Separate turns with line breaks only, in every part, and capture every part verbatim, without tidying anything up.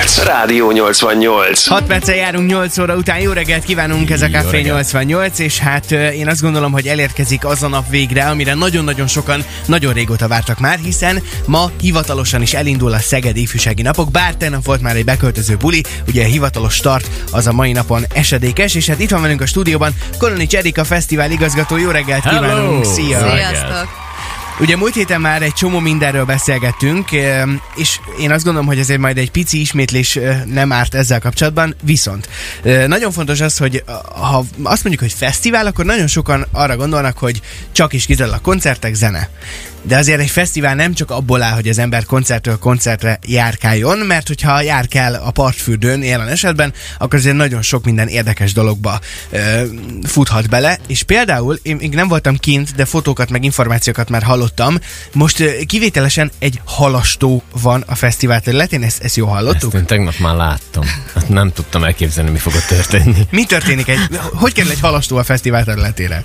perc. Rádió nyolcvannyolc.
hat perccel járunk nyolc óra után. Jó reggelt kívánunk, ez a Café nyolcvannyolc, és hát én azt gondolom, hogy elérkezik az a nap végre, amire nagyon-nagyon sokan nagyon régóta vártak már, hiszen ma hivatalosan is elindul a Szegedi Ifjúsági Napok, bár tegnap volt már egy beköltöző buli, ugye a hivatalos start az a mai napon esedékes, és hát itt van velünk a stúdióban Kolonics Erika fesztivál igazgató. Jó reggelt kívánunk! Szia!
Sziasztok!
Ugye múlt héten már egy csomó mindenről beszélgettünk, és én azt gondolom, hogy azért majd egy pici ismétlés nem árt ezzel kapcsolatban, viszont nagyon fontos az, hogy ha azt mondjuk, hogy fesztivál, akkor nagyon sokan arra gondolnak, hogy csak is kizárólag koncertek, zene. De azért egy fesztivál nem csak abból áll, hogy az ember koncertről koncertre járkáljon, mert hogyha járkál a partfürdőn jelen esetben, akkor azért nagyon sok minden érdekes dologba ö, futhat bele, és például én még nem voltam kint, de fotókat meg információkat már hallottam. Most ö, kivételesen egy halastó van a fesztivál területén, ezt, ezt jól hallottuk?
Ezt én tegnap már láttam. Hát nem tudtam elképzelni, mi fog ott történni.
Mi történik? Egy, hogy kerül egy halastó a fesztivál területére?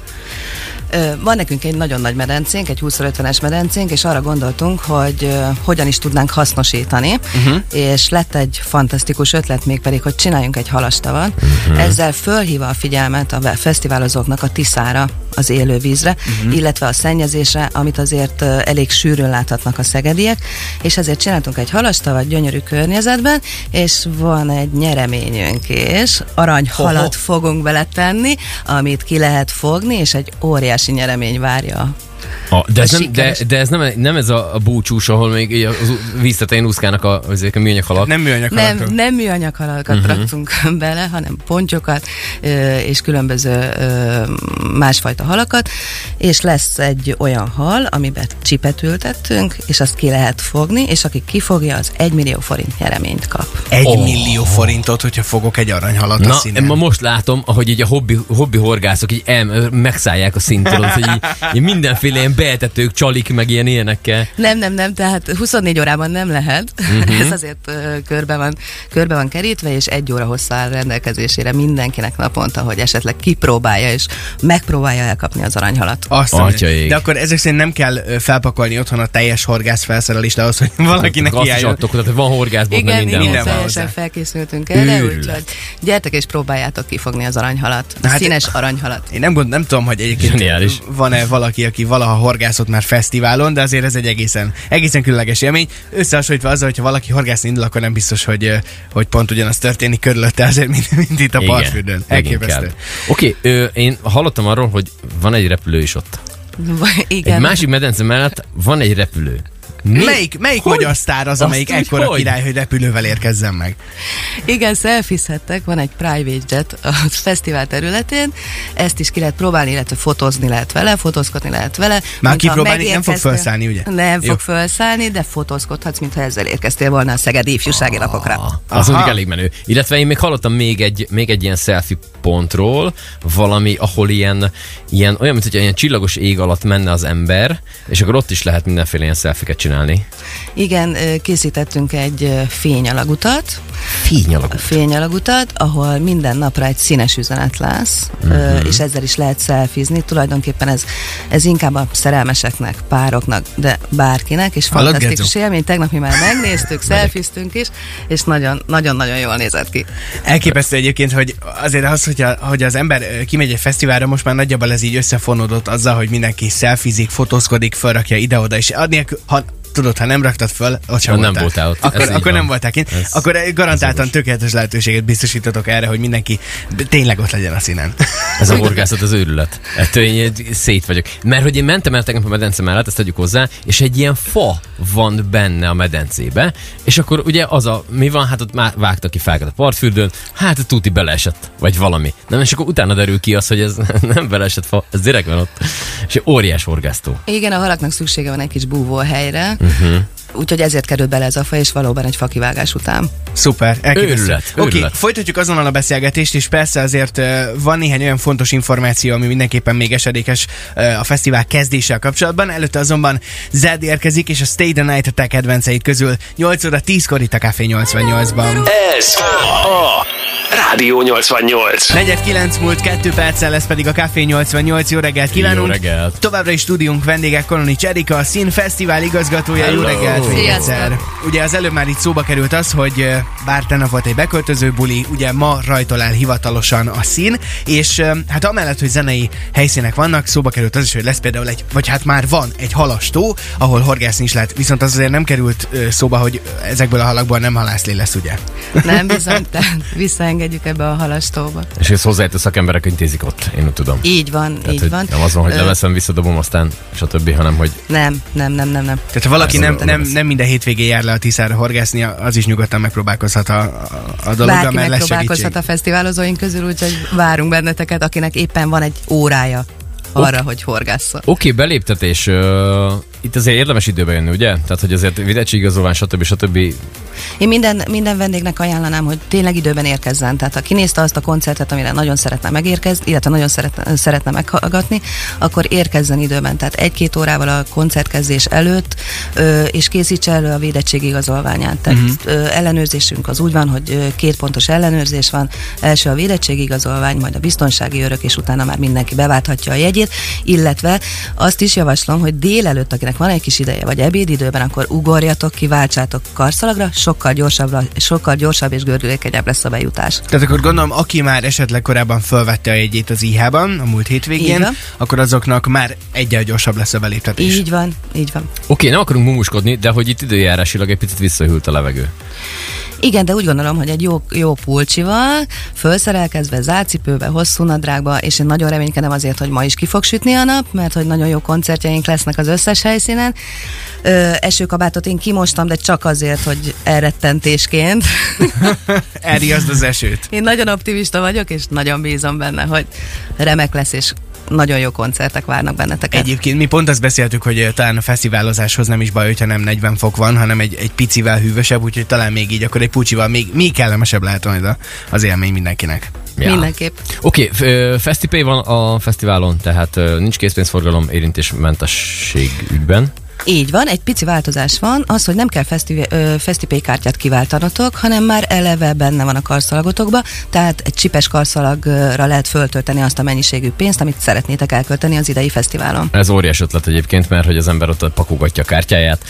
Van nekünk egy nagyon nagy medencénk, egy húsz ötvenes medencénk, és arra gondoltunk, hogy uh, hogyan is tudnánk hasznosítani, uh-huh. és lett egy fantasztikus ötlet, mégpedig, hogy csináljunk egy halastavat. Uh-huh. Ezzel fölhívva a figyelmet a fesztiválozóknak a Tiszára, az élővízre, uh-huh. illetve a szennyezésre, amit azért uh, elég sűrűn láthatnak a szegediek, és ezért csináltunk egy halastavat gyönyörű környezetben, és van egy nyereményünk is, aranyhalat oh. fogunk beletenni, amit ki lehet fogni, és egy óriási nyeremény várja.
Ah, de, ez nem, de, de ez nem, nem ez a, a búcsús, ahol még a víztetején úszkálnak a, a műanyag halak.
Nem műanyag
nem, nem műanyag halakat uh-huh. raktunk bele, hanem pontyokat és különböző másfajta halakat, és lesz egy olyan hal, amiben csipet ültettünk, és azt ki lehet fogni, és aki kifogja, az egy millió forint nyereményt kap.
Egy oh. millió forintot, hogyha fogok egy aranyhalat
Na,
a színen.
Ma most látom, ahogy így a hobbi, hobbi horgászok így el, megszállják a szintot, hogy így, így mindenféle ilyen beetetők, csalik, meg ilyen ilyenekkel.
Nem, nem, nem, tehát huszonnégy órában nem lehet. Uh-huh. Ez azért uh, körbe, van, körbe van kerítve, és egy óra hosszá áll rendelkezésére mindenkinek naponta, hogy esetleg kipróbálja, és megpróbálja elkapni az aranyhalat.
Atyaik. De akkor ezek szerint nem kell felpakolni otthon a teljes horgász felszerelést ahhoz, hogy valakinek hiányol.
Tehát van horgászból,
igen,
nem minden.
Igen, teljesen felkészültünk erre, úgyhogy gyertek és próbáljátok kifogni az aranyhalat. A hát színes aranyhalat.
Én nem, gond, nem tudom, hogy egyébként van-e valaki, aki valaha horgászott már fesztiválon, de azért ez egy egészen, egészen különleges élmény. Összehasonlítva azzal, hogyha valaki horgászni indul, akkor nem biztos, hogy, hogy pont ugyanaz történik körülötte azért, mint, mint itt a partfürdőn. Elképesztő.
Oké, okay, én hallottam arról, hogy van egy repülő is ott.
Igen.
Egy másik medence mellett van egy repülő. Mi?
Melyik, melyik magyar sztár az, amelyik ekkora hogy? király, hogy repülővel érkezzen meg?
Igen, szelfizhettek, van egy private jet a fesztivál területén, ezt is ki lehet próbálni, illetve fotózni lehet vele, fotózkodni lehet vele.
Már kipróbálni nem fog felszállni, ugye?
Nem Jó. fog felszállni, de fotózkodhatsz, mintha ezzel érkeztél volna a Szegedi Ifjúsági ah, Napokra.
Az mondjuk elég menő. Illetve én még hallottam még egy, még egy ilyen selfie pontról, valami, ahol ilyen, ilyen olyan, mint hogy ilyen csillagos ég alatt menne az ember, és akkor ott is lehet mindenféle ilyen selfie-ket csinálni.
Igen, készítettünk egy fényalagutat.
Fényalagutat?
Fényalagutat, ahol minden napra egy színes üzenet lesz, uh-huh. és ezzel is lehet szelfizni. Tulajdonképpen ez, ez inkább a szerelmeseknek, pároknak, de bárkinek, és fantasztikus élmény. Tegnap mi már megnéztük, szelfiztünk is, és nagyon-nagyon jól nézett ki.
Elképesztő egyébként, hogy azért az, hogyha, hogy az ember kimegy egy fesztiválra, most már nagyjából ez így összefonódott azzal, hogy mindenki szelfizik, fotózkodik, felrakja ide-oda, és adnék, ha tudod, ha nem raktad föl, ott sem
nem
voltál.
voltál ott.
Akkor, akkor nem voltál kint. Ez, akkor garantáltan tökéletes lehetőséget biztosítotok erre, hogy mindenki tényleg ott legyen a színen.
Ez a horgászat az őrület. Ettől én szét vagyok. Mert hogy én mentem el tegnap a medence mellett, ezt tegyük hozzá, és egy ilyen fa van benne a medencébe, és akkor ugye az a, mi van, hát ott már vágtak ki fákat a partfürdőn, hát tuti beleesett, vagy valami. Nem, és akkor utána derül ki az, hogy ez nem beleesett fa, ez direkt van ott. És óriás horgásztó.
Igen, a halaknak szüksége van egy kis búvóhelyre.
Uh-huh.
Úgyhogy ezért került bele ez a fa, és valóban egy fakivágás után.
Szuper, elképesztő. Oké,
okay,
folytatjuk azonnal a beszélgetést, és persze azért uh, van néhány olyan fontos információ, ami mindenképpen még esedékes uh, a fesztivál kezdéssel kapcsolatban. Előtte azonban Zed érkezik, és a Stay the Night a te kedvenceid közül nyolc óra tízkor itt a Café nyolcvannyolcban.
Ez a Rádió nyolcvannyolc.
negyven kilenc múlt kettő perccel, lesz pedig a Café nyolcvannyolc. Jó reggelt kívánunk!
Jó reggelt!
Továbbra is stúdiónk vendége Kolonics Erika, a Szín Fesztivál igazgatója.
Hello.
Jó reggelt! még
Sziasztok.
egyszer. Ugye az előbb már itt szóba került az, hogy eh, bár tegnap volt egy beköltöző buli, ugye ma rajtol el hivatalosan a Szín, és eh, hát amellett, hogy zenei helyszínek vannak, szóba került az is, hogy lesz például egy, vagy hát már van egy halastó, ahol horgászni is lehet, viszont az azért nem került eh, szóba, hogy ezekből a halakból nem halászlé lesz, ugye?
Nem bizony, tehát visszaengedjük ebbe a halastóba.
És ezt hozzájött a szakemberek intézik ott, én úgy tudom.
Így van,
Tehát,
így
hogy
van.
nem az van, hogy
Ö,
leveszem, visszadobom, aztán stb., hanem hogy
Nem, nem, nem, nem, nem.
Tehát ha valaki
Ez
nem,
az-
nem,
az-
nem minden hétvégén jár le a Tiszára horgászni, az is nyugodtan megpróbálkozhat a, a, a dologra,
Bárki
mert lesz
megpróbálkozhat
segítség.
a fesztiválozóink közül, úgyhogy várunk benneteket, akinek éppen van egy órája arra, okay. hogy horgásszon.
Oké, okay, beléptetés. Uh, itt azért érdemes időbe jönni, ugye? Tehát, hogy azért videttségigazolvány, stb. stb.
Én minden, minden vendégnek ajánlanám, hogy tényleg időben érkezzen. Tehát ha kinézte azt a koncertet, amire nagyon szeretne megérkezni, illetve nagyon szeretne, szeretne meghallgatni, akkor érkezzen időben. Tehát egy-két órával a koncertkezdés előtt, ö, és készítse elő a védettségigazolványát. Tehát
Mhm.
ö, ellenőrzésünk az úgy van, hogy ö, két pontos ellenőrzés van. Első a védettségigazolvány, majd a biztonsági örök, és utána már mindenki beválthatja a jegyét. Illetve azt is javaslom, hogy délelőtt, akinek van egy kis ideje, vagy ebédidőben, akkor ugorjatok ki, váltsátok karszalagra, sokkal gyorsabb, sokkal gyorsabb és gördülékenyebb lesz a bejutás.
Tehát akkor gondolom, aki már esetleg korábban felvette a jegyét az í há-ban, a múlt
Így
hétvégén,
van.
akkor azoknak már egyel gyorsabb lesz a beléptetés.
Így van, így van.
Oké, okay, nem akarunk mumuskodni, de hogy itt időjárásilag egy picit visszahűlt a levegő.
Igen, de úgy gondolom, hogy egy jó, jó pulcsival, fölszerelkezve, zárcipőbe, hosszú nadrágba, és én nagyon reménykedem azért, hogy ma is ki fog sütni a nap, mert hogy nagyon jó koncertjeink lesznek az összes helyszínen. Ö, esőkabátot én kimostam, de csak azért, hogy elrettentésként.
Elriaszd az esőt.
Én nagyon optimista vagyok, és nagyon bízom benne, hogy remek lesz, és nagyon jó koncertek várnak benneteket.
Egyébként mi pont azt beszéltük, hogy eh, talán a fesztiválozáshoz nem is baj, hogyha nem negyven fok van, hanem egy, egy picivel hűvösebb, úgyhogy talán még így, akkor egy pucsival még, még kellemesebb lehet majd a- az élmény mindenkinek.
Ja.
Mindenképp.
Oké, okay, FesztiPay van a fesztiválon, tehát ö, nincs készpénzforgalom érintésmentesség ügyben.
Így van, egy pici változás van, az, hogy nem kell feszti- ö, FesztiPay kártyát kiváltanatok, hanem már eleve benne van a karszalagotokba, tehát egy csipes karszalagra lehet föltölteni azt a mennyiségű pénzt, amit szeretnétek elkölteni az idei fesztiválon.
Ez óriás ötlet egyébként, mert hogy az ember ott pakogatja a kártyáját.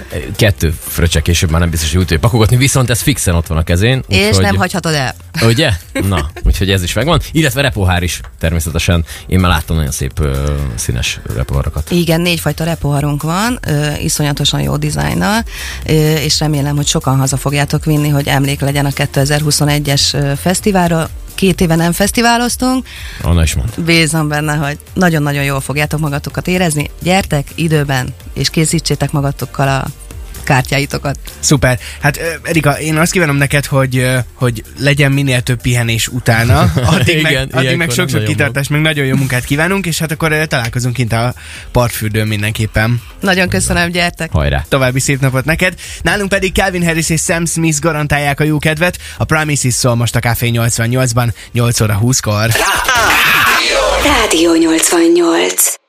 Kettő fröccse később már nem biztos, hogy úgy tudja pakogatni, viszont ez fixen ott van a kezén.
És
úgyhogy-
nem hagyhatod el.
Ugye? Na, úgyhogy ez is megvan. Illetve repohár is természetesen. Én már láttam nagyon szép ö, színes repohárakat.
Igen, négyfajta repoharunk van, ö, iszonyatosan jó dizájnnal, ö, és remélem, hogy sokan haza fogjátok vinni, hogy emlék legyen a kétezer-huszonegyes ö, fesztiválra. Két éve nem fesztiváloztunk,
Anna is mond.
bízom benne, hogy nagyon-nagyon jól fogjátok magatokat érezni. Gyertek időben, és készítsétek magatokkal a kártyáitokat.
Szuper. Hát ö, Erika, én azt kívánom neked, hogy, ö, hogy legyen minél több pihenés utána. Addig meg,
Igen,
addig meg
ilyenkor
sok-sok
nagyon
kitartás, meg nagyon jó munkát kívánunk, és hát akkor ö, találkozunk kint a partfürdőn mindenképpen.
Nagyon köszönöm, gyertek!
Hajrá!
További szép napot neked. Nálunk pedig Calvin Harris és Sam Smith garantálják a jó kedvet. A Promises szól most a Café nyolcvannyolcban, nyolc óra húszkor.
Rádió nyolcvannyolc.